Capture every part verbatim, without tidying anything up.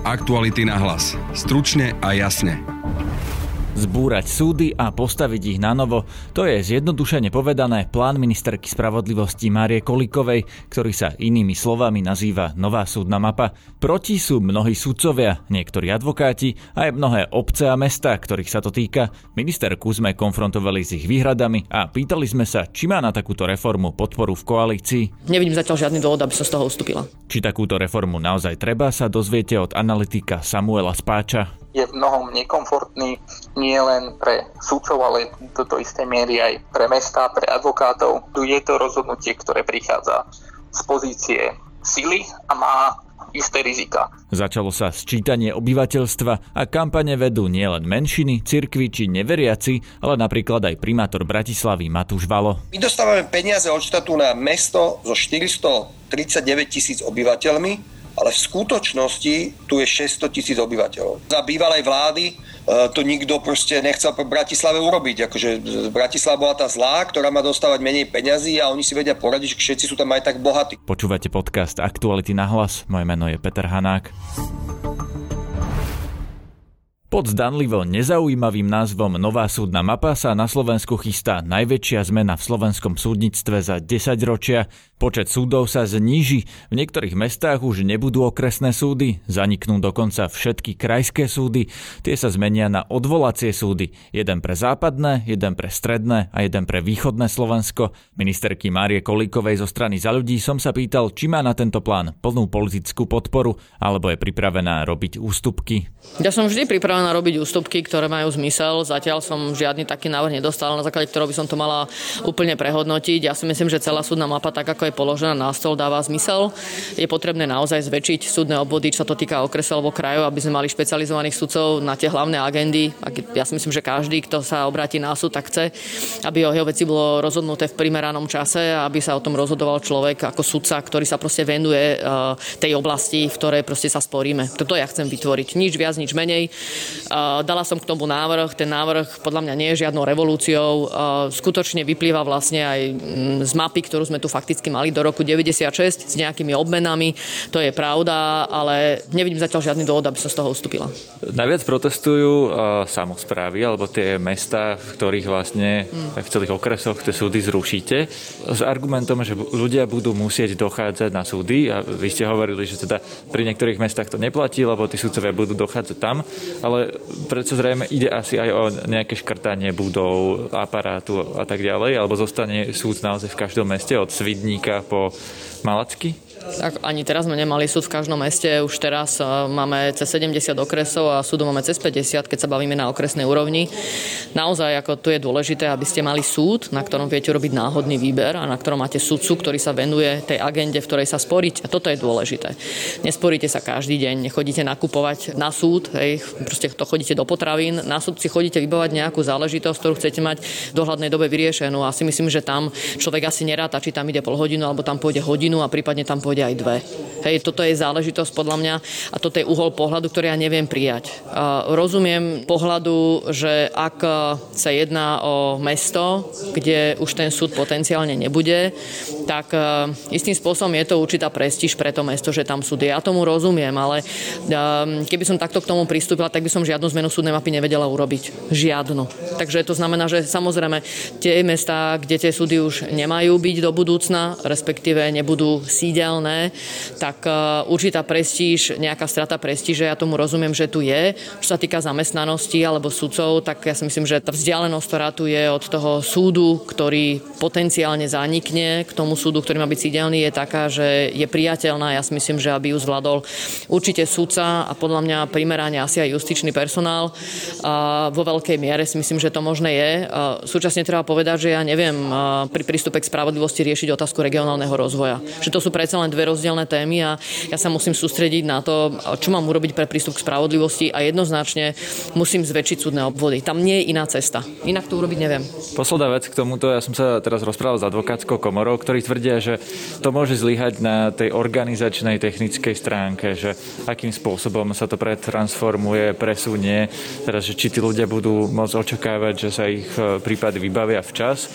Aktuality na hlas. Stručne a jasne. Zbúrať súdy a postaviť ich na novo, to je zjednodušene povedané plán ministerky spravodlivosti Márie Kolíkovej, ktorý sa inými slovami nazýva Nová súdna mapa. Proti sú mnohí sudcovia, niektorí advokáti a aj mnohé obce a mestá, ktorých sa to týka. Ministerku sme konfrontovali s ich výhradami a pýtali sme sa, či má na takúto reformu podporu v koalícii. Nevidím zatiaľ žiadny dôvod, aby som z toho ustúpila. Či takúto reformu naozaj treba, sa dozviete od analytika Samuela Spáča. Je v mnohom nekomfortný nie len pre sudcov, ale do, do istej miery aj pre mestá, pre advokátov. Tu je to rozhodnutie, ktoré prichádza z pozície sily a má isté rizika. Začalo sa sčítanie obyvateľstva a kampane vedú nielen menšiny, cirkvi či neveriaci, ale napríklad aj primátor Bratislavy Matúš Valo. My dostávame peniaze od štátu na mesto so štyristotridsaťdeväť tisíc obyvateľmi, ale v skutočnosti tu je šesťsto tisíc obyvateľov. Za bývalej vlády e, to nikto proste nechcel pre Bratislave urobiť. Akože Bratislava bola tá zlá, ktorá má dostávať menej peňazí a oni si vedia poradiť, že všetci sú tam aj tak bohatí. Počúvate podcast Aktuality na hlas. Moje meno je Peter Hanák. Pod zdanlivo nezaujímavým názvom Nová súdna mapa sa na Slovensku chystá najväčšia zmena v slovenskom súdnictve za desaťročia. Počet súdov sa zníži, v niektorých mestách už nebudú okresné súdy, zaniknú dokonca všetky krajské súdy, tie sa zmenia na odvolacie súdy, jeden pre západné, jeden pre stredné a jeden pre východné Slovensko. Ministerky Márie Kolíkovej zo strany Za ľudí som sa pýtal, či má na tento plán plnú politickú podporu, alebo je pripravená robiť ústupky. Ja som vždy pripravená robiť ústupky, ktoré majú zmysel. Zatiaľ som žiadny taký návrh nedostal, na základe ktorého by som to mala úplne prehodnotiť. Ja si myslím, že celá súdna mapa, tak ako je položená na stôl, dáva zmysel. Je potrebné naozaj zväčšiť súdne obvody, čo sa to týka okresu alebo krajov, aby sme mali špecializovaných sudcov na tie hlavné agendy. Ja si myslím, že každý, kto sa obráti na súd, tak chce, aby o jeho veci bolo rozhodnuté v primeranom čase a aby sa o tom rozhodoval človek ako sudca, ktorý sa proste venuje tej oblasti, v ktorej proste sa sporíme. Toto ja chcem vytvoriť. Nič viac, nič menej. Dala som k tomu návrh. Ten návrh podľa mňa nie je žiadnou revolúciou. Skutočne vyplýva vlastne aj z mapy, ktorú sme tu fakticky mali do roku deväťdesiatšesť s nejakými obmenami. To je pravda, ale nevidím zatiaľ žiadny dôvod, aby som z toho ustúpila. Najviac protestujú uh, samosprávy alebo tie mestá, v ktorých vlastne hmm. v celých okresoch tie súdy zrušíte. S argumentom, že ľudia budú musieť dochádzať na súdy a vy ste hovorili, že teda pri niektorých mestách to neplatí, lebo tí sudcovia budú dochádzať tam, ale predsa zrejme ide asi aj o nejaké škrtanie budov, aparátu a tak ďalej, alebo zostane súd naozaj v každom meste od Svidníka po Malacky? Tak ani teraz sme nemali súd v každom meste, už teraz máme cez sedemdesiat okresov a súdov máme cez päťdesiat, keď sa bavíme na okresnej úrovni. Naozaj, ako tu je dôležité, aby ste mali súd, na ktorom viete robiť náhodný výber a na ktorom máte sudcu, ktorý sa venuje tej agende, v ktorej sa sporiť. A toto je dôležité. Nesporíte sa každý deň, nechodíte nakupovať na súd, hej, proste to chodíte do potravín, na súd si chodíte vybavať nejakú záležitosť, ktorú chcete mať v dohľadnej dobe vyriešenú. A si myslím, že tam človek asi neráta, či tam ide pol hodinu alebo tam pôjde hodinu a prípadne tam pôjde aj dve. Hej, toto je záležitosť podľa mňa a toto je uhol pohľadu, ktorý ja neviem prijať. Uh, rozumiem pohľadu, že ak sa jedná o mesto, kde už ten súd potenciálne nebude, tak uh, istým spôsobom je to určitá prestíž pre to mesto, že tam súd je. Ja tomu rozumiem, ale uh, keby som takto k tomu pristúpila, tak by som žiadnu zmenu súdnej mapy nevedela urobiť. Žiadnu. Takže to znamená, že samozrejme tie mestá, kde tie súdy už nemajú byť do budúcna, respektíve nebudú sídelné, tak určitá prestíž, nejaká strata prestíže, ja tomu rozumiem, že tu je. Čo sa týka zamestnanosti alebo sudcov, tak ja si myslím, že tá vzdialenosť, ktorá tu je od toho súdu, ktorý potenciálne zanikne, k tomu súdu, ktorý má byť sídelný, je taká, že je priateľná. Ja si myslím, že aby ju zvládol určite sudca a podľa mňa primerane asi aj justičný personál. A vo veľkej miere si myslím, že to možné je. A súčasne treba povedať, že ja neviem pri prístupe k spravodlivosti riešiť otázku regionálneho rozvoja. Že to sú predsa len dve rozdielne témy a ja sa musím sústrediť na to, čo mám urobiť pre prístup k spravodlivosti a jednoznačne musím zväčšiť súdne obvody. Tam nie je iná cesta. Inak to urobiť neviem. Posledná vec k tomuto, ja som sa teraz rozprával s advokátskou komorou, ktorí tvrdia, že to môže zlyhať na tej organizačnej technickej stránke, že akým spôsobom sa to pretransformuje, presunie, teraz, že či tí ľudia budú môcť očakávať, že sa ich prípady vybavia včas,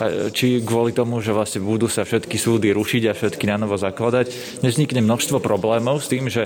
či kvôli tomu, že vlastne budú sa všetky súdy rušiť a všetky na novo zakladať, nevznikne množstvo problémov s tým, že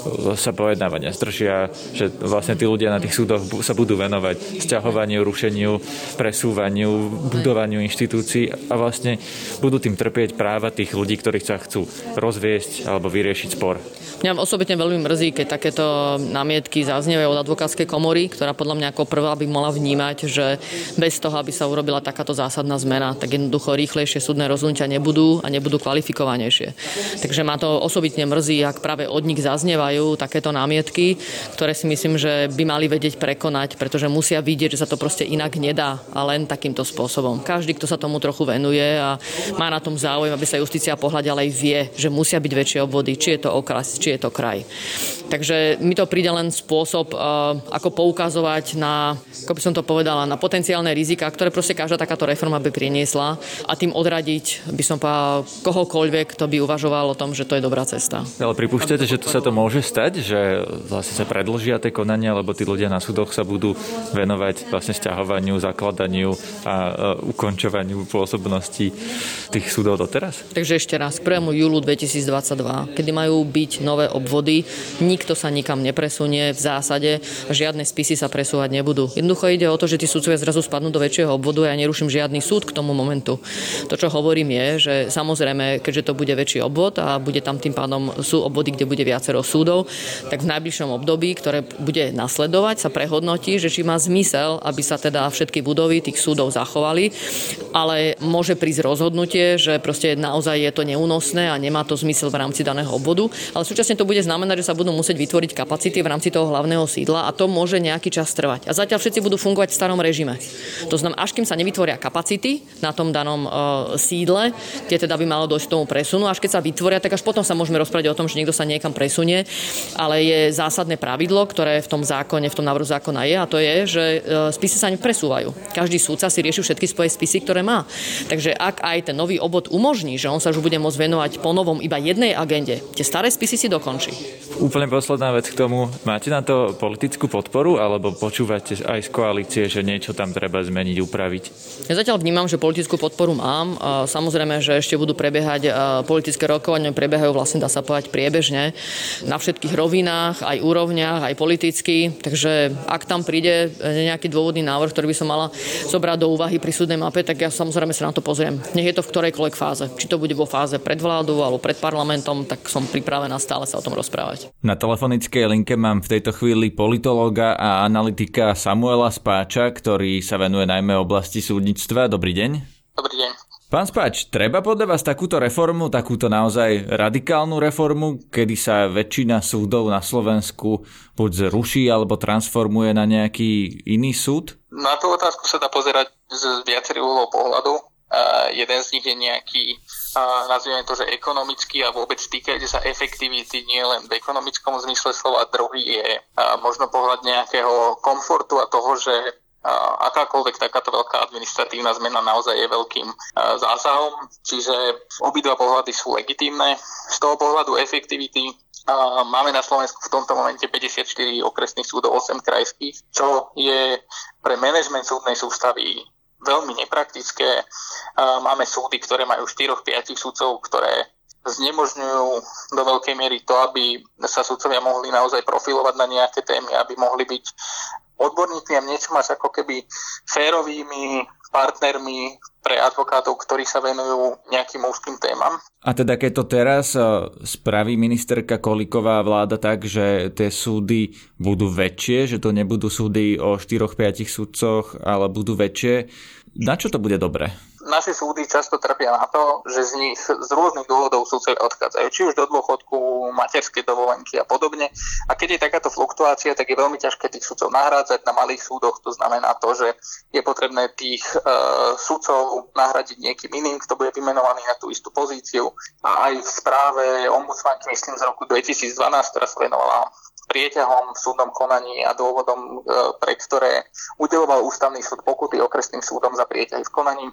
sa pojednávania zdržia, že vlastne tí ľudia na tých súdoch sa budú venovať sťahovaniu, rušeniu, presúvaniu, budovaniu inštitúcií a vlastne budú tým trpieť práva tých ľudí, ktorí sa chcú rozviesť alebo vyriešiť spor. Mňa osobitne veľmi mrzí, keď takéto námietky zaznievajú od advokátskej komory, ktorá podľa mňa ako prvá by mala vnímať, že bez toho, aby sa urobila takáto zásadná zmena, tak jednoducho rýchlejšie súdne rozhodnutia nebudú a nebudú kvalifikovanejšie. Takže ma to osobitne mrzí, ak práve od nich zaznievajú takéto námietky, ktoré si myslím, že by mali vedieť prekonať, pretože musia vidieť, že sa to proste inak nedá a len takýmto spôsobom. Každý, kto sa tomu trochu venuje a má na tom záujem, aby sa justícia pohľadala, aj vie, že musia byť väčšie obvody, či je to okres, či je to kraj. Takže mi to príde len spôsob, ako poukazovať na, ako by som to povedala, na potenciálne rizika, ktoré proste každá takáto reforma by priniesla a tým odradiť, by som povedala, kohokoľvek, kto by uvažoval o tom, že to je dobrá cesta. Ale pripúšťate, že to sa to môže stať, že vlastne sa predĺžia tie konania, lebo tí ľudia na súdoch sa budú venovať vlastne sťahovaniu, zakladaniu a ukončovaniu pôsobnosti tých súdov doteraz? Takže ešte raz, k prvému júlu dvetisícdvadsaťdva, kedy majú byť nové obvody, nikto sa nikam nepresunie, v zásade žiadne spisy sa presúvať nebudú. Jednoducho ide o to, že tí sudcovia zrazu spadnú do väčšieho obvodu a ja neruším žiadny súd k tomu momentu. To, čo hovorím, je, že samozrejme, keďže to bude väčší obvod a bude tam tým pádom sú obvody, kde bude viacero súdov, tak v najbližšom období, ktoré bude nasledovať, sa prehodnotí, že či má zmysel, aby sa teda všetky budovy tých súdov zachovali, ale môže prísť rozhodnutie, že proste naozaj je to neúnosné a nemá to zmysel v rámci daného obvodu, ale súčasne to bude znamenať, že sa budú musieť vytvoriť kapacity v rámci toho hlavného sídla a to môže nejaký čas trvať. A zatiaľ všetci budú fungovať v starom režime. To znamená, až kým sa nevytvoria kapacity na tom danom e, sídle, kde teda by malo dojsť k tomu presunu, až keď sa vytvoria, tak až potom sa môžeme rozprávať o tom, že niekto sa niekam presunie, ale je zásadné pravidlo, ktoré v tom zákone, v tom návrhu zákona je, a to je, že e, spisy sa nepresúvajú. Každý súdca si rieši všetky svoje spisy, ktoré má. Takže ak aj ten nový obvod umožní, že on sa už bude môcť venovať po novom iba jednej agende, tie staré spisy si dokončí. Úplne posledná vec k tomu. Máte na to politickú podporu, alebo počúvate aj z koalície, že niečo tam treba zmeniť, upraviť? Ja zatiaľ vnímam, že politickú podporu mám. Samozrejme, že ešte budú prebiehať politické rokovania, prebiehajú vlastne, dá sa povedať, priebežne na všetkých rovinách, aj úrovniach, aj politicky. Takže ak tam príde nejaký dôvodný návrh, ktorý by som mala zobrať do úvahy pri súdnej mape, tak ja samozrejme sa na to pozriem. Nech je to v ktorejkoľvek fáze. Či to bude vo fáze pred vládou alebo pred parlamentom, tak som pripravená stále sa o tom rozprávať. Na telefonickej linke mám v tejto chvíli politológa a analytika Samuela Spáča, ktorý sa venuje najmä oblasti súdnictva. Dobrý deň. Dobrý deň. Pán Spáč, treba podľa vás takúto reformu, takúto naozaj radikálnu reformu, kedy sa väčšina súdov na Slovensku buď zruší alebo transformuje na nejaký iný súd? Na tú otázku sa dá pozerať z viacerých uhlov pohľadu. Uh, jeden z nich je nejaký, uh, nazvime to, že ekonomický a vôbec týkajúci sa efektivity nie len v ekonomickom zmysle slova. Druhý je uh, možno pohľad nejakého komfortu a toho, že uh, akákoľvek takáto veľká administratívna zmena naozaj je veľkým uh, zásahom. Čiže obidva pohľady sú legitímne. Z toho pohľadu efektivity uh, máme na Slovensku v tomto momente päťdesiatštyri okresných súdov, osem krajských, čo je pre manažment súdnej sústavy veľmi nepraktické. Máme súdy, ktoré majú štyri päť sudcov, ktoré znemožňujú do veľkej miery to, aby sa sudcovia mohli naozaj profilovať na nejaké témy, aby mohli byť odborníkmi a niečo máš ako keby férovými partnermi pre advokátov, ktorí sa venujú nejakým úzkým témam. A teda keď to teraz spraví ministerka Kolíková vláda tak, že tie súdy budú väčšie, že to nebudú súdy o štyri päť sudcoch, ale budú väčšie, na čo to bude dobré? Naše súdy často trpia na to, že z nich z rôznych dôvodov sudcovia odchádzajú, či už do dôchodku, materskej dovolenky a podobne. A keď je takáto fluktuácia, tak je veľmi ťažké tých sudcov nahrádzať na malých súdoch. To znamená to, že je potrebné tých e, sudcov nahradiť niekým iným, kto bude vymenovaný na tú istú pozíciu. A aj v správe ombudsmanky, myslím, z roku dvetisícdvanásť, ktorá sa venovala prieťahom v súdnom konaní a dôvodom, pre ktoré udeľoval ústavný súd pokuty okresným súdom za prieťahy v konaní, bolo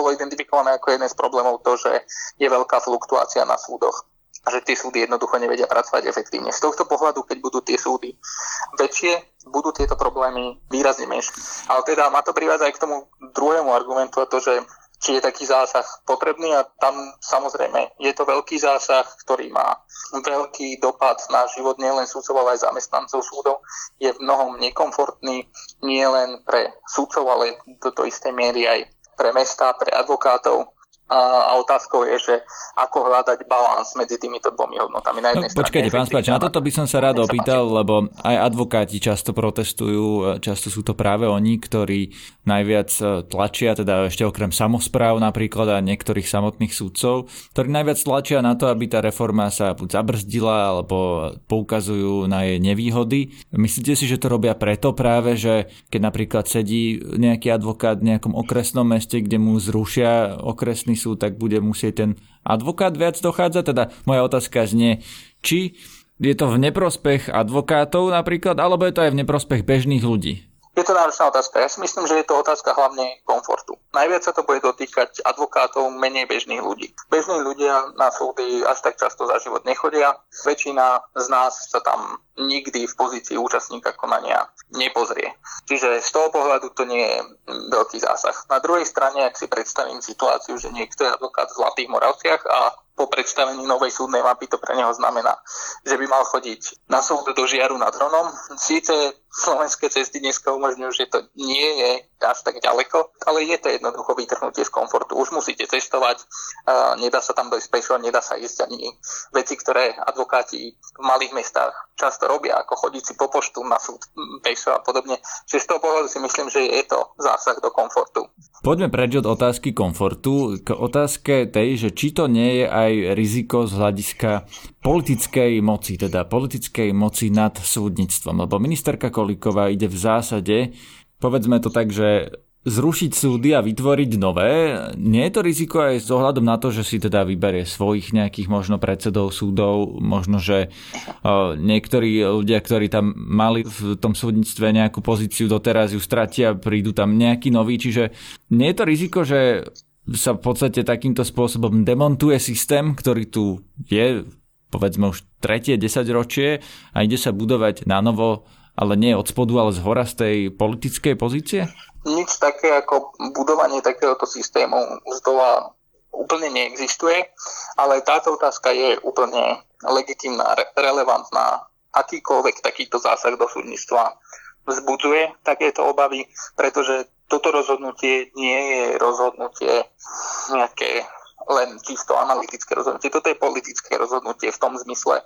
bolo identifikované ako jeden z problémov to, že je veľká fluktuácia na súdoch a že tie súdy jednoducho nevedia pracovať efektívne. Z tohto pohľadu, keď budú tie súdy väčšie, budú tieto problémy výrazne menšie. Ale teda ma to privádza aj k tomu druhému argumentu, a to, že či je taký zásah potrebný, a tam samozrejme je to veľký zásah, ktorý má veľký dopad na život nielen sudcov, ale aj zamestnancov súdov. Je v mnohom nekomfortný nielen pre sudcov, ale do tej istej miery aj pre mestá, pre advokátov. A otázkou je, že ako hľadať balans medzi týmito dvomi hodnotami. Na jednej no, počkajte, pán Spáč, na toto by som sa rád opýtal, lebo aj advokáti často protestujú, často sú to práve oni, ktorí najviac tlačia, teda ešte okrem samospráv napríklad a niektorých samotných súdcov, ktorí najviac tlačia na to, aby tá reforma sa buď zabrzdila, alebo poukazujú na jej nevýhody. Myslíte si, že to robia preto práve, že keď napríklad sedí nejaký advokát v nejakom okresnom meste, kde mu zrušia okresný súd, tak bude musieť ten advokát viac dochádzať? Teda moja otázka znie, či je to v neprospech advokátov napríklad, alebo je to aj v neprospech bežných ľudí? Je to náročná otázka. Ja si myslím, že je to otázka hlavne komfortu. Najviac sa to bude dotýkať advokátov, menej bežných ľudí. Bežní ľudia na súdy až tak často za život nechodia. Väčšina z nás sa tam nikdy v pozícii účastníka konania nepozrie. Čiže z toho pohľadu to nie je veľký zásah. Na druhej strane, ak si predstavím situáciu, že niekto je advokát v Zlatých Moravciach a po predstavení novej súdnej mapy to pre neho znamená, že by mal chodiť na súd do Žiaru nad Hronom. Síce slovenské cesty dneska umožňujú, že to nie je až tak ďaleko, ale je to jednoducho vytrhnutie z komfortu. Už musíte cestovať, nedá sa tam dojsť pešo, nedá sa ísť ani veci, ktoré advokáti v malých mestách často robia, ako chodiť si po poštu na súd pešo a podobne. Čiže z toho pohľadu si myslím, že je to zásah do komfortu. Poďme preč od otázky komfortu k otázke tej, že či to nie je aj riziko z hľadiska politickej moci, teda politickej moci nad súdnictvom. Lebo ministerka Kolíková ide v zásade, povedzme to tak, že zrušiť súdy a vytvoriť nové. Nie je to riziko aj s ohľadom na to, že si teda vyberie svojich nejakých možno predsedov súdov, možno, že o, niektorí ľudia, ktorí tam mali v tom súdnictve nejakú pozíciu doteraz ju stratia, prídu tam nejakí noví, čiže nie je to riziko, že sa v podstate takýmto spôsobom demontuje systém, ktorý tu je, povedzme už tretie desaťročie a ide sa budovať na novo, ale nie od spodu, ale z hora z tej politickej pozície? Nič také ako budovanie takéhoto systému z dola úplne neexistuje, ale táto otázka je úplne legitímna, re- relevantná. Akýkoľvek takýto zásah do súdnictva vzbudzuje takéto obavy, pretože toto rozhodnutie nie je rozhodnutie nejaké len čisto analytické rozhodnutie. Toto je politické rozhodnutie v tom zmysle,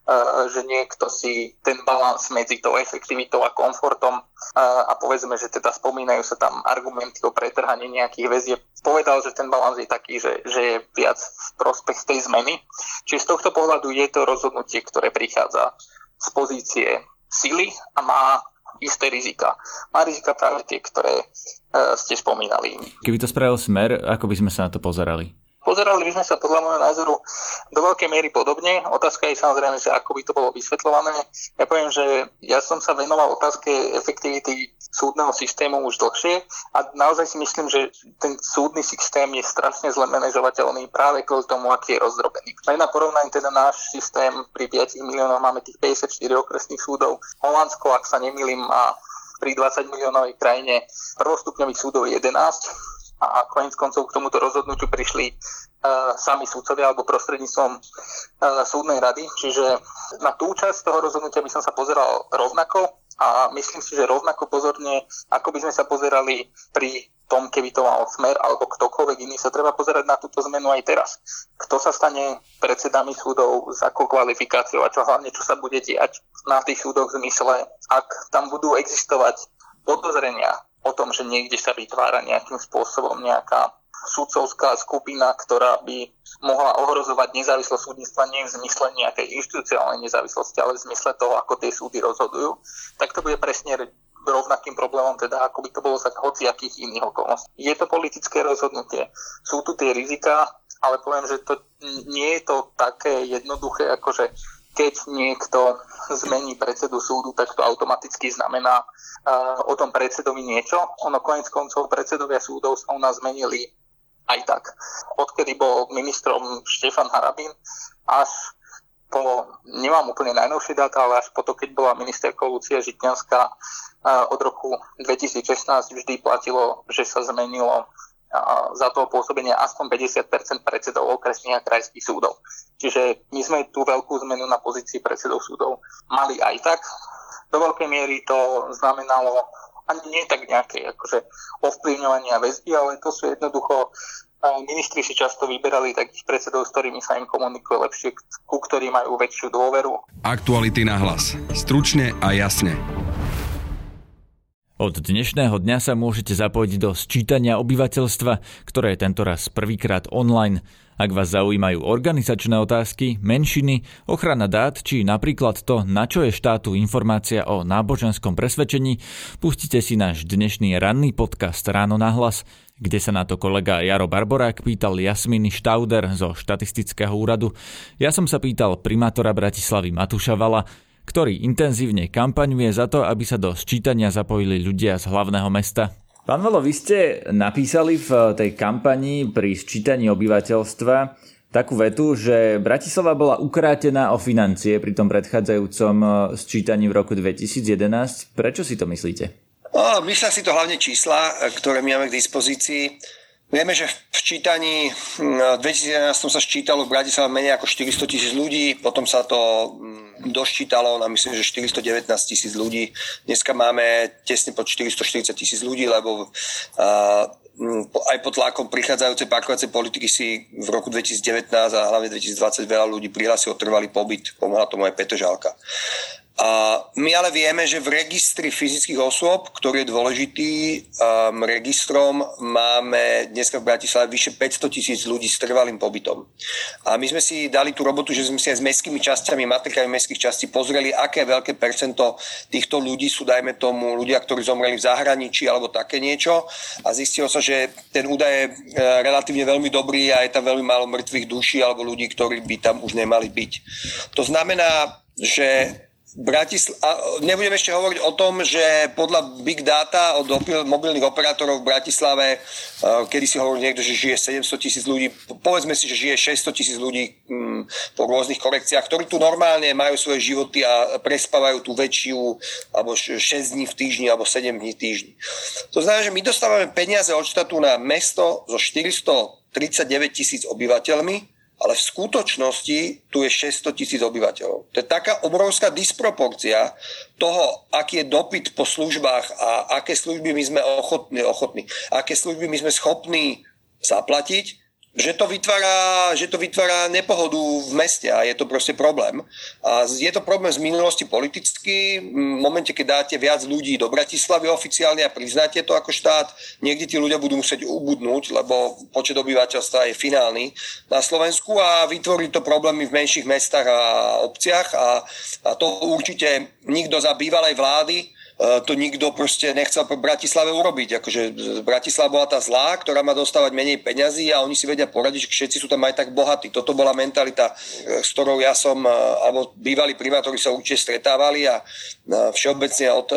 že niekto si ten balans medzi tou efektivitou a komfortom a povedzme, že teda spomínajú sa tam argumenty o pretrhaní nejakých väzieb, povedal, že ten balans je taký, že, že je viac v prospech tej zmeny. Čiže z tohto pohľadu je to rozhodnutie, ktoré prichádza z pozície sily a má isté rizika. Má rizika práve tie, ktoré uh, ste spomínali. Keby to spravil Smer, ako by sme sa na to pozerali? Pozerali by sme sa podľa môjho názoru do veľkej miery podobne. Otázka je samozrejme, že ako by to bolo vysvetľované. Ja poviem, že ja som sa venoval otázke efektivity súdneho systému už dlhšie a naozaj si myslím, že ten súdny systém je strašne zle manažovateľný práve kvôli tomu, aký je rozdrobený. Aj na porovnanie teda náš systém pri piatich miliónoch máme tých päťdesiatštyri okresných súdov. Holandsko, ak sa nemýlim, má pri dvadsať miliónovej krajine prvostupňových súdov jedenásť. A koniec koncov k tomuto rozhodnutiu prišli uh, sami súdcovia alebo prostredníctvom uh, súdnej rady. Čiže na tú časť toho rozhodnutia by som sa pozeral rovnako a myslím si, že rovnako pozorne, ako by sme sa pozerali pri tom, keby to mal Smer alebo ktokoľvek iný, sa treba pozerať na túto zmenu aj teraz. Kto sa stane predsedami súdov, s akou kvalifikáciou a čo hlavne, čo sa bude diať na tých súdoch v zmysle, ak tam budú existovať podozrenia o tom, že niekde sa vytvára nejakým spôsobom nejaká sudcovská skupina, ktorá by mohla ohrozovať nezávislosť súdnictva nie v zmysle nejakej inštitucionálnej nezávislosti, ale v zmysle toho, ako tie súdy rozhodujú, tak to bude presne rovnakým problémom, teda ako by to bolo za hociakých iných okolností. Je to politické rozhodnutie, sú tu tie rizika, ale poviem, že to nie je to také jednoduché, ako že keď niekto zmení predsedu súdu, tak to automaticky znamená uh, o tom predsedovi niečo. Ono koniec koncov predsedovia súdov sa u nás zmenili aj tak. Odkedy bol ministrom Štefan Harabin, až po, nemám úplne najnovšie dáta, ale až po to, keď bola ministerka Lucia Žitňanská od roku dvetisícšestnásť vždy platilo, že sa zmenilo za toho pôsobenia aspoň päťdesiat percent predsedov okresných a krajských súdov. Čiže my sme tú veľkú zmenu na pozícii predsedov súdov mali aj tak. Do veľkej miery to znamenalo ani nie tak nejaké akože ovplyvňovanie a väzby, ale to sú jednoducho, ministri si často vyberali takých predsedov, s ktorými sa im komunikuje lepšie, ku ktorým majú väčšiu dôveru. Aktuality na hlas. Stručne a jasne. Od dnešného dňa sa môžete zapojiť do sčítania obyvateľstva, ktoré je tentoraz prvýkrát online. Ak vás zaujímajú organizačné otázky, menšiny, ochrana dát či napríklad to, na čo je štátu informácia o náboženskom presvedčení, pustite si náš dnešný ranný podcast Ráno na hlas, kde sa na to kolega Jaro Barborák pýtal Jasminy Štauder zo štatistického úradu. Ja som sa pýtal primátora Bratislavy Matúša Valla, ktorý intenzívne kampaňuje za to, aby sa do sčítania zapojili ľudia z hlavného mesta. Pán Valo, vy ste napísali v tej kampani pri sčítaní obyvateľstva takú vetu, že Bratislava bola ukrátená o financie pri tom predchádzajúcom sčítaní v roku dvetisíc jedenásť. Prečo si to myslíte? No, myslia si to hlavne čísla, ktoré my máme k dispozícii. Vieme, že v sčítaní v dvetisíc jedenásť sa sčítalo v Bratislave menej ako štyristo tisíc ľudí, potom sa to doščítalo na myslím, že štyristo devätnásť tisíc ľudí. Dneska máme tesne pod štyristo štyridsať tisíc ľudí, lebo uh, aj pod tlakom prichádzajúcej parkovacej politiky si v roku dvetisíc devätnásť a hlavne dvetisíc dvadsať veľa ľudí prihlásilo trvalý pobyt. Pomohla tomu aj Petržalka. A my ale vieme, že v registri fyzických osôb, ktorý je dôležitý um, registrom, máme dneska v Bratislave vyše päťsto tisíc ľudí s trvalým pobytom. A my sme si dali tú robotu, že sme si aj s mestskými časťami, matrikami mestských častí pozreli, aké veľké percento týchto ľudí sú, dajme tomu, ľudia, ktorí zomreli v zahraničí alebo také niečo. A zistilo sa, že ten údaj je relatívne veľmi dobrý a je tam veľmi málo mŕtvych duší alebo ľudí, ktorí by tam už nemali byť. To znamená, že Bratisl- a nebudem ešte hovoriť o tom, že podľa Big Data od mobilných operátorov v Bratislave, kedy si hovorí niekto, že žije sedemsto tisíc ľudí, povedzme si, že žije šesťsto tisíc ľudí m, po rôznych korekciách, ktorí tu normálne majú svoje životy a prespávajú tú väčšiu, alebo šesť dní v týždni, alebo sedem dní v týždni. To znamená, že my dostávame peniaze od štátu na mesto so štyristotridsaťdeväť tisíc obyvateľmi, ale v skutočnosti tu je šesťsto tisíc obyvateľov. To je taká obrovská disproporcia toho, aký je dopyt po službách a aké služby my sme ochotní, ochotní aké služby my sme schopní zaplatiť, že to vytvára, že to vytvára nepohodu v meste a je to proste problém. A je to problém z minulosti politicky. V momente, keď dáte viac ľudí do Bratislavy oficiálne a priznáte to ako štát, niekde tí ľudia budú musieť ubudnúť, lebo počet obyvateľstva je finálny na Slovensku a vytvorí to problémy v menších mestách a obciach a, a to určite nikto za bývalej vlády to nikto proste nechcel pre Bratislave urobiť. Akože Bratislava bola tá zlá, ktorá má dostávať menej peňazí a oni si vedia poradiť, že všetci sú tam aj tak bohatí. Toto bola mentalita, s ktorou ja som, alebo bývalí primátori sa určite stretávali a všeobecne od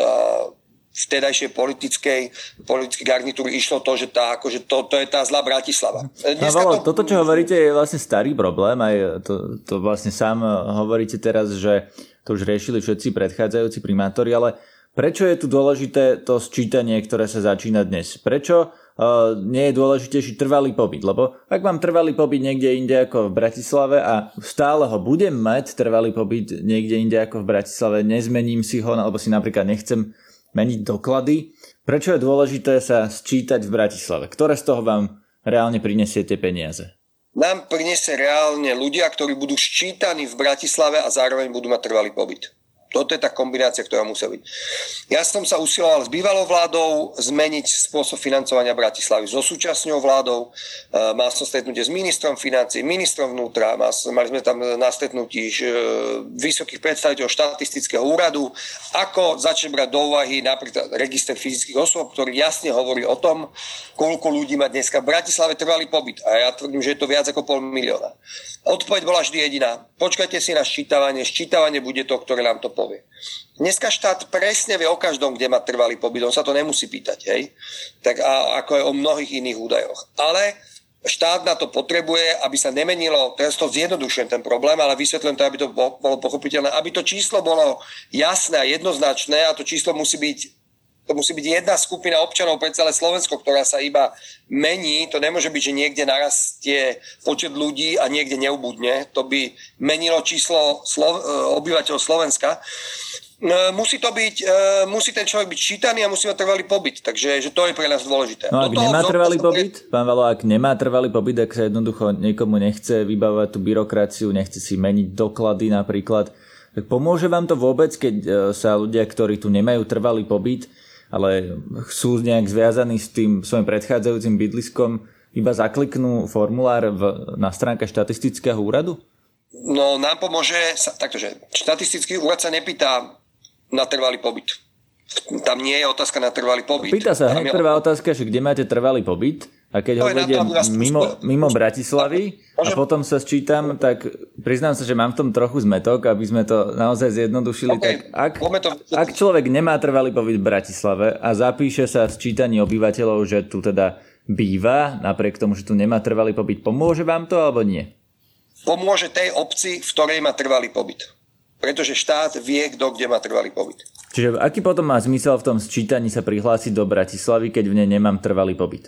vtedajšej politickej, politickej garnitúry išlo to, že tá, akože to, to je tá zlá Bratislava. Dneska to... Toto, čo hovoríte, je vlastne starý problém. Aj to, to vlastne sám hovoríte teraz, že to už riešili všetci predchádzajúci primátori, ale prečo je tu dôležité to sčítanie, ktoré sa začína dnes? Prečo uh, nie je dôležitejší trvalý pobyt? Lebo ak mám trvalý pobyt niekde inde ako v Bratislave a stále ho budem mať trvalý pobyt niekde inde ako v Bratislave, nezmením si ho, alebo si napríklad nechcem meniť doklady, prečo je dôležité sa sčítať v Bratislave? Ktoré z toho vám reálne prinesie tie peniaze? Nám prinesie reálne ľudia, ktorí budú sčítaní v Bratislave a zároveň budú mať trvalý pobyt. Toto je tá kombinácia, ktorá musí byť. Ja som sa usiloval s bývalou vládou zmeniť spôsob financovania Bratislavy so súčasnou vládou. Mal som stretnutie s ministrom financií, ministrom vnútra, mali sme tam na stretnutí vysokých predstaviteľov štatistického úradu, ako začne brať do úvahy napríklad register fyzických osôb, ktorý jasne hovorí o tom, koľko ľudí má dneska v Bratislave trvalý pobyt. A ja tvrdím, že je to viac ako pol milióna. Odpoveď bola vždy jediná. Počkajte si na sčítavanie. Sčítavanie bude to, ktoré nám to povie. Dneska štát presne vie o každom, kde má trvalý pobyt. On sa to nemusí pýtať, hej? Tak a, ako je o mnohých iných údajoch. Ale štát na to potrebuje, aby sa nemenilo, teraz to zjednodušujem ten problém, ale vysvetlím to, aby to bolo pochopiteľné, aby to číslo bolo jasné a jednoznačné a to číslo musí byť, to musí byť jedna skupina občanov pre celé Slovensko, ktorá sa iba mení. To nemôže byť, že niekde narastie počet ľudí a niekde neubudne. To by menilo číslo Slo- obyvateľov Slovenska. Musí to byť, musí ten človek byť čítaný a musí mať trvalý pobyt, takže že to je pre nás dôležité. No ak nemá trvalý pobyt, pán Valo, ak nemá trvalý pobyt, ak sa jednoducho niekomu nechce vybavovať tú byrokraciu, nechce si meniť doklady napríklad, tak pomôže vám to vôbec, keď sa ľudia, ktorí tu nemajú trvalý pobyt, ale sú nejak zviazaní s tým svojim predchádzajúcim bydliskom, iba zakliknú formulár v, na stránke štatistického úradu? No nám pomôže, taktože štatistický úrad sa nepýta na trvalý pobyt. Tam nie je otázka na trvalý pobyt. Pýta sa hneď prvá otázka, že kde máte trvalý pobyt a keď ho vediem mimo, mimo Bratislavy a potom sa sčítam, tak priznám sa, že mám v tom trochu zmetok, aby sme to naozaj zjednodušili. Okay. Tak ak, ak človek nemá trvalý pobyt v Bratislave a zapíše sa v sčítaní obyvateľov, že tu teda býva, napriek tomu, že tu nemá trvalý pobyt, pomôže vám to alebo nie? Pomôže tej obci, v ktorej má trvalý pobyt. Pretože štát vie, kto kde má trvalý pobyt. Čiže aký potom má zmysel v tom sčítaní sa prihlásiť do Bratislavy, keď v nej nemám trvalý pobyt?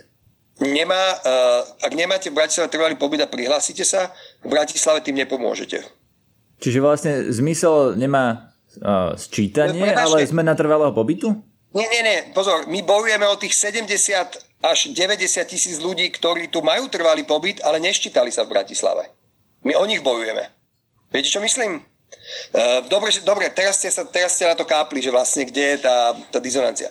Nemá, uh, ak nemáte v Bratislave trvalý pobyt a prihlásite sa, v Bratislave tým nepomôžete. Čiže vlastne zmysel nemá uh, sčítanie, no, ale zmena trvalého pobytu? Nie, nie, nie, pozor, my bojujeme o tých sedemdesiat až deväťdesiat tisíc ľudí, ktorí tu majú trvalý pobyt, ale neščítali sa v Bratislave. My o nich bojujeme. Viete, čo myslím? Dobre, dobre teraz, ste sa, teraz ste na to kápli, že vlastne kde je tá, tá dizonancia.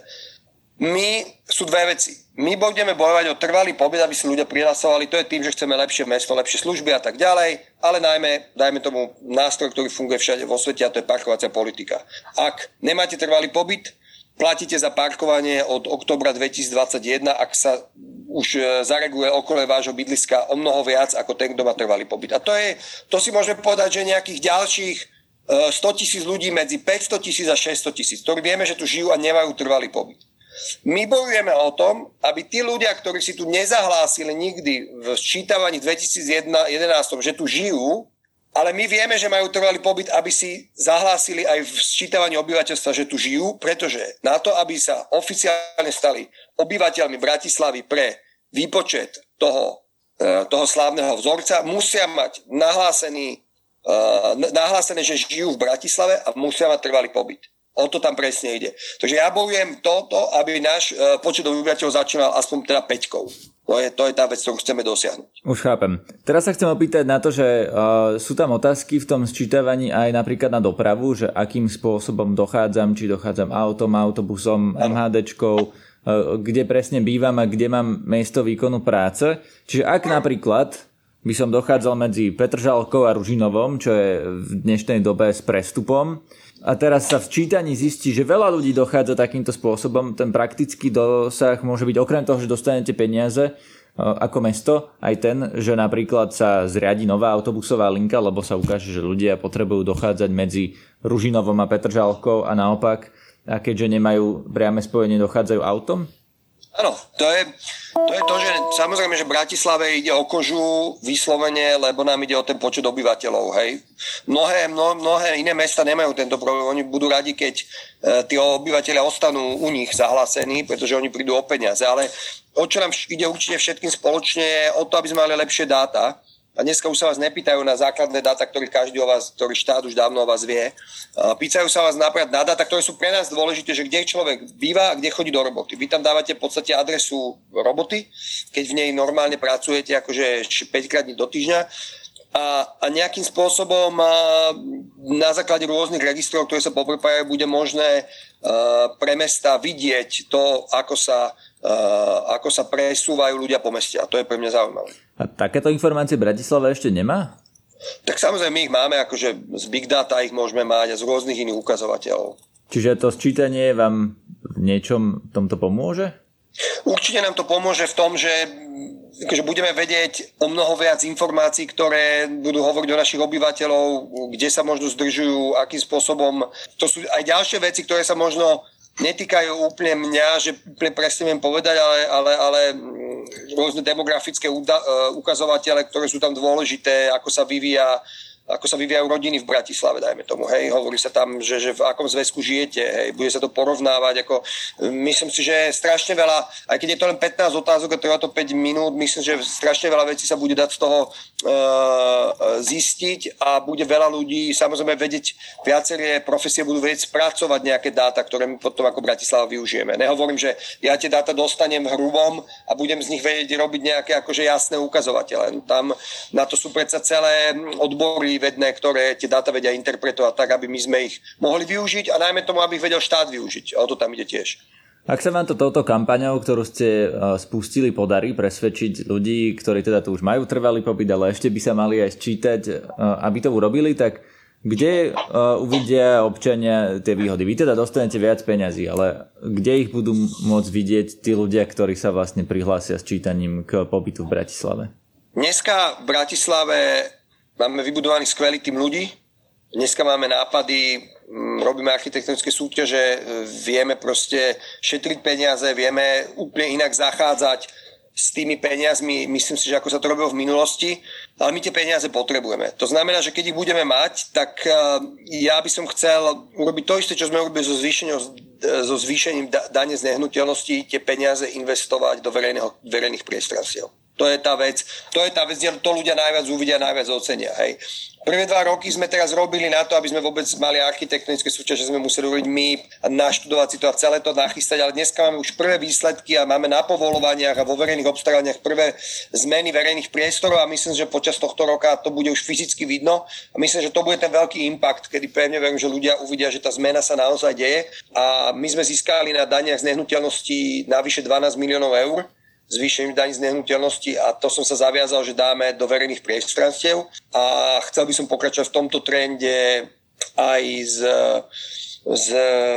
My, sú dve veci. My budeme bojovať o trvalý pobyt, aby si ľudia prihlasovali. To je tým, že chceme lepšie mesto, lepšie služby a tak ďalej, ale najmä, dajme tomu nástroj, ktorý funguje všade vo svete, a to je parkovacia politika. Ak nemáte trvalý pobyt, platíte za parkovanie od októbra dvetisícdvadsaťjeden, ak sa už zareguje okolo vášho bydliska o mnoho viac ako ten, kto má trvalý pobyt. A to je, to si môžeme povedať, že nejakých ďalších stotisíc ľudí medzi päťsto tisíc a šesťsto tisíc, ktorí vieme, že tu žijú a nemajú trvalý pobyt. My bojujeme o tom, aby tí ľudia, ktorí si tu nezahlásili nikdy v sčítavaní dvetisícjedenásť, že tu žijú, ale my vieme, že majú trvalý pobyt, aby si zahlásili aj v sčítavaní obyvateľstva, že tu žijú, pretože na to, aby sa oficiálne stali obyvateľmi Bratislavy pre výpočet toho, toho slávneho vzorca, musia mať nahlásený, nahlásené, že žijú v Bratislave a musia mať trvalý pobyt. O to tam presne ide. Takže ja bojujem toto, aby náš počet obyvateľov začínal aspoň teda päťkou. To je, to je tá vec, ktorú chceme dosiahnuť. Už chápem. Teraz sa chcem opýtať na to, že uh, sú tam otázky v tom sčítavaní aj napríklad na dopravu, že akým spôsobom dochádzam, či dochádzam autom, autobusom, em há déčkou, uh, kde presne bývam a kde mám miesto výkonu práce. Čiže ak napríklad by som dochádzal medzi Petržalkou a Ružinovom, čo je v dnešnej dobe s prestupom, a teraz sa v sčítaní zistí, že veľa ľudí dochádza takýmto spôsobom, ten praktický dosah môže byť okrem toho, že dostanete peniaze ako mesto, aj ten, že napríklad sa zriadi nová autobusová linka, lebo sa ukáže, že ľudia potrebujú dochádzať medzi Ružinovom a Petržalkou a naopak, a keďže nemajú priame spojenie, dochádzajú autom? Áno, to je, to je to, že samozrejme, že v Bratislave ide o kožu vyslovene, lebo nám ide o ten počet obyvateľov, hej. Mnohé, mnohé, mnohé iné mesta nemajú tento problém, oni budú radi, keď e, tí obyvateľia ostanú u nich zahlásení, pretože oni prídu o peniaze, ale o čo nám ide určite všetkým spoločne je o to, aby sme mali lepšie dáta. A dneska už sa vás nepýtajú na základné dáta, ktoré každý o vás, ktorý štát už dávno o vás vie. Pýtajú sa vás napríklad na dáta, ktoré sú pre nás dôležité, že kde človek býva a kde chodí do roboty. Vy tam dávate v podstate adresu roboty, keď v nej normálne pracujete akože päť krát do týždňa. A, a nejakým spôsobom a, na základe rôznych registrov, ktoré sa poprepájajú, bude možné a, pre mesta vidieť to, ako sa, a, ako sa presúvajú ľudia po meste. A to je pre mňa zaujímavé. A takéto informácie Bratislava ešte nemá? Tak samozrejme, my ich máme, akože z Big Data ich môžeme mať a z rôznych iných ukazovateľov. Čiže to sčítanie vám v niečom tomto pomôže? Určite nám to pomôže v tom, že akože budeme vedieť o mnoho viac informácií, ktoré budú hovoriť o našich obyvateľov, kde sa možno zdržujú, akým spôsobom. To sú aj ďalšie veci, ktoré sa možno netýkajú úplne mňa, že úplne presne viem povedať, ale, ale, ale rôzne demografické ukazovatele, ktoré sú tam dôležité, ako sa vyvíja ako sa vyvíjajú rodiny v Bratislave, dajme tomu, hej, hovorí sa tam, že, že v akom zväzku žijete, hej, bude sa to porovnávať, ako, myslím si, že strašne veľa, aj keď je to len pätnásť otázok a trvá to päť minút, myslím, že strašne veľa vecí sa bude dať z toho uh, zistiť a bude veľa ľudí, samozrejme vedieť, viaceré profesie budú vedieť spracovať nejaké dáta, ktoré my potom ako Bratislava využijeme. Nehovorím, že ja tie dáta dostanem v hrubom a budem z nich vedieť robiť nejaké akože jasné ukazovatele. Tam na to sú predsa celé odbory vedné, ktoré tie dáta vedia interpretovať tak, aby my sme ich mohli využiť a najmä tomu, aby ich vedel štát využiť. O to tam ide tiež. Ak sa vám to touto kampaňou, ktorú ste spustili, podarí presvedčiť ľudí, ktorí teda tu už majú trvalý pobyt, ale ešte by sa mali aj sčítať, aby to urobili, tak kde uvidia občania tie výhody? Vy teda dostanete viac peňazí, ale kde ich budú môcť vidieť tí ľudia, ktorí sa vlastne prihlásia s čítaním k pobytu v Bratislave? Dneska v Bratislave máme vybudovaný skvelý tým ľudí. Dneska máme nápady, robíme architektonické súťaže, vieme proste šetriť peniaze, vieme úplne inak zachádzať s tými peniazmi, myslím si, že ako sa to robilo v minulosti, ale my tie peniaze potrebujeme. To znamená, že keď ich budeme mať, tak ja by som chcel urobiť to isté, čo sme robili so zvýšením, so zvýšením dane z nehnuteľností, tie peniaze investovať do verejného, verejných priestranstiev. To je tá vec, to je tá vec, kde to ľudia najviac uvidia, najviac ocenia. Hej. Prvé dva roky sme teraz robili na to, aby sme vôbec mali architektonické súťaže, sme museli robiť my a naštudovať si to a celé to nachystať, ale dneska máme už prvé výsledky a máme na povolovaniach a vo verejných obstarávaniach prvé zmeny verejných priestorov a myslím, že počas tohto roka to bude už fyzicky vidno a myslím, že to bude ten veľký impact, kedy pevne verím, že ľudia uvidia, že tá zmena sa naozaj deje a my sme získali na daniach z nehnuteľností navyše dvanásť miliónov eur zvýšením daní z nehnuteľnosti a to som sa zaviazal, že dáme do verejných priestranstiev a chcel by som pokračovať v tomto trende aj z, z,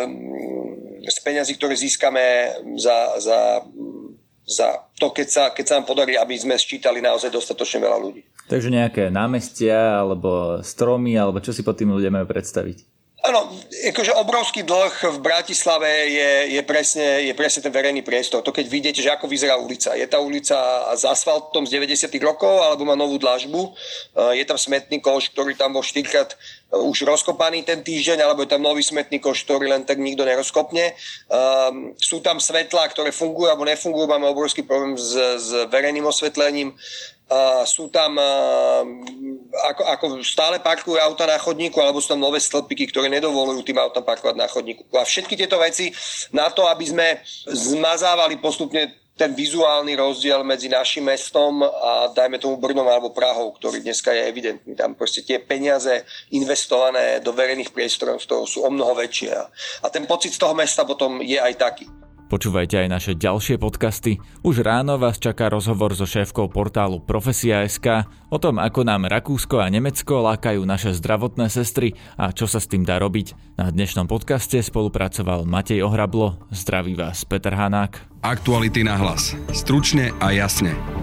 z peňazí, ktoré získame za, za, za to, keď sa, keď sa nám podarí, aby sme sčítali naozaj dostatočne veľa ľudí. Takže nejaké námestia alebo stromy, alebo čo si pod tým ľudia majú predstaviť? Áno, akože obrovský dlh v Bratislave je, je, presne, je presne ten verejný priestor. To keď vidíte, že ako vyzerá ulica. Je tá ulica s asfaltom z deväťdesiatych rokov alebo má novú dlažbu. Je tam smetný koš, ktorý tam bol štyrikrát už rozkopaný ten týždeň, alebo je tam nový smetný koš, ktorý len tak nikto nerozkopne. Um, sú tam svetlá, ktoré fungujú alebo nefungujú. Máme obrovský problém s, s verejným osvetlením. Uh, sú tam uh, ako, ako stále parkujú auta na chodníku alebo sú tam nové stĺpiky, ktoré nedovolujú tým autám parkovať na chodníku. A všetky tieto veci na to, aby sme zmazávali postupne ten vizuálny rozdiel medzi našim mestom a dajme tomu Brnom alebo Prahou, ktorý dneska je evidentný. Tam proste tie peniaze investované do verejných priestorov sú o mnoho väčšie. A ten pocit z toho mesta potom je aj taký. Počúvajte aj naše ďalšie podcasty. Už ráno vás čaká rozhovor so šéfkou portálu Profesia bodka es ká o tom, ako nám Rakúsko a Nemecko lákajú naše zdravotné sestry a čo sa s tým dá robiť. Na dnešnom podcaste spolupracoval Matej Ohrablo. Zdraví vás Peter Hanák. Aktuality na hlas. Stručne a jasne.